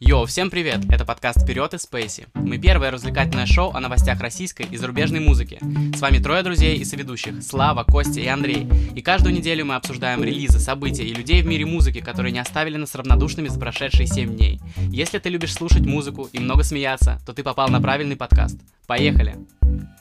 Йоу, всем привет! Это подкаст «Вперед» из Спейси. Мы первое развлекательное шоу о новостях российской и зарубежной музыки. С вами трое друзей и соведущих – Слава, Костя и Андрей. И каждую неделю мы обсуждаем релизы, события и людей в мире музыки, которые не оставили нас равнодушными за прошедшие 7 дней. Если ты любишь слушать музыку и много смеяться, то ты попал на правильный подкаст. Поехали!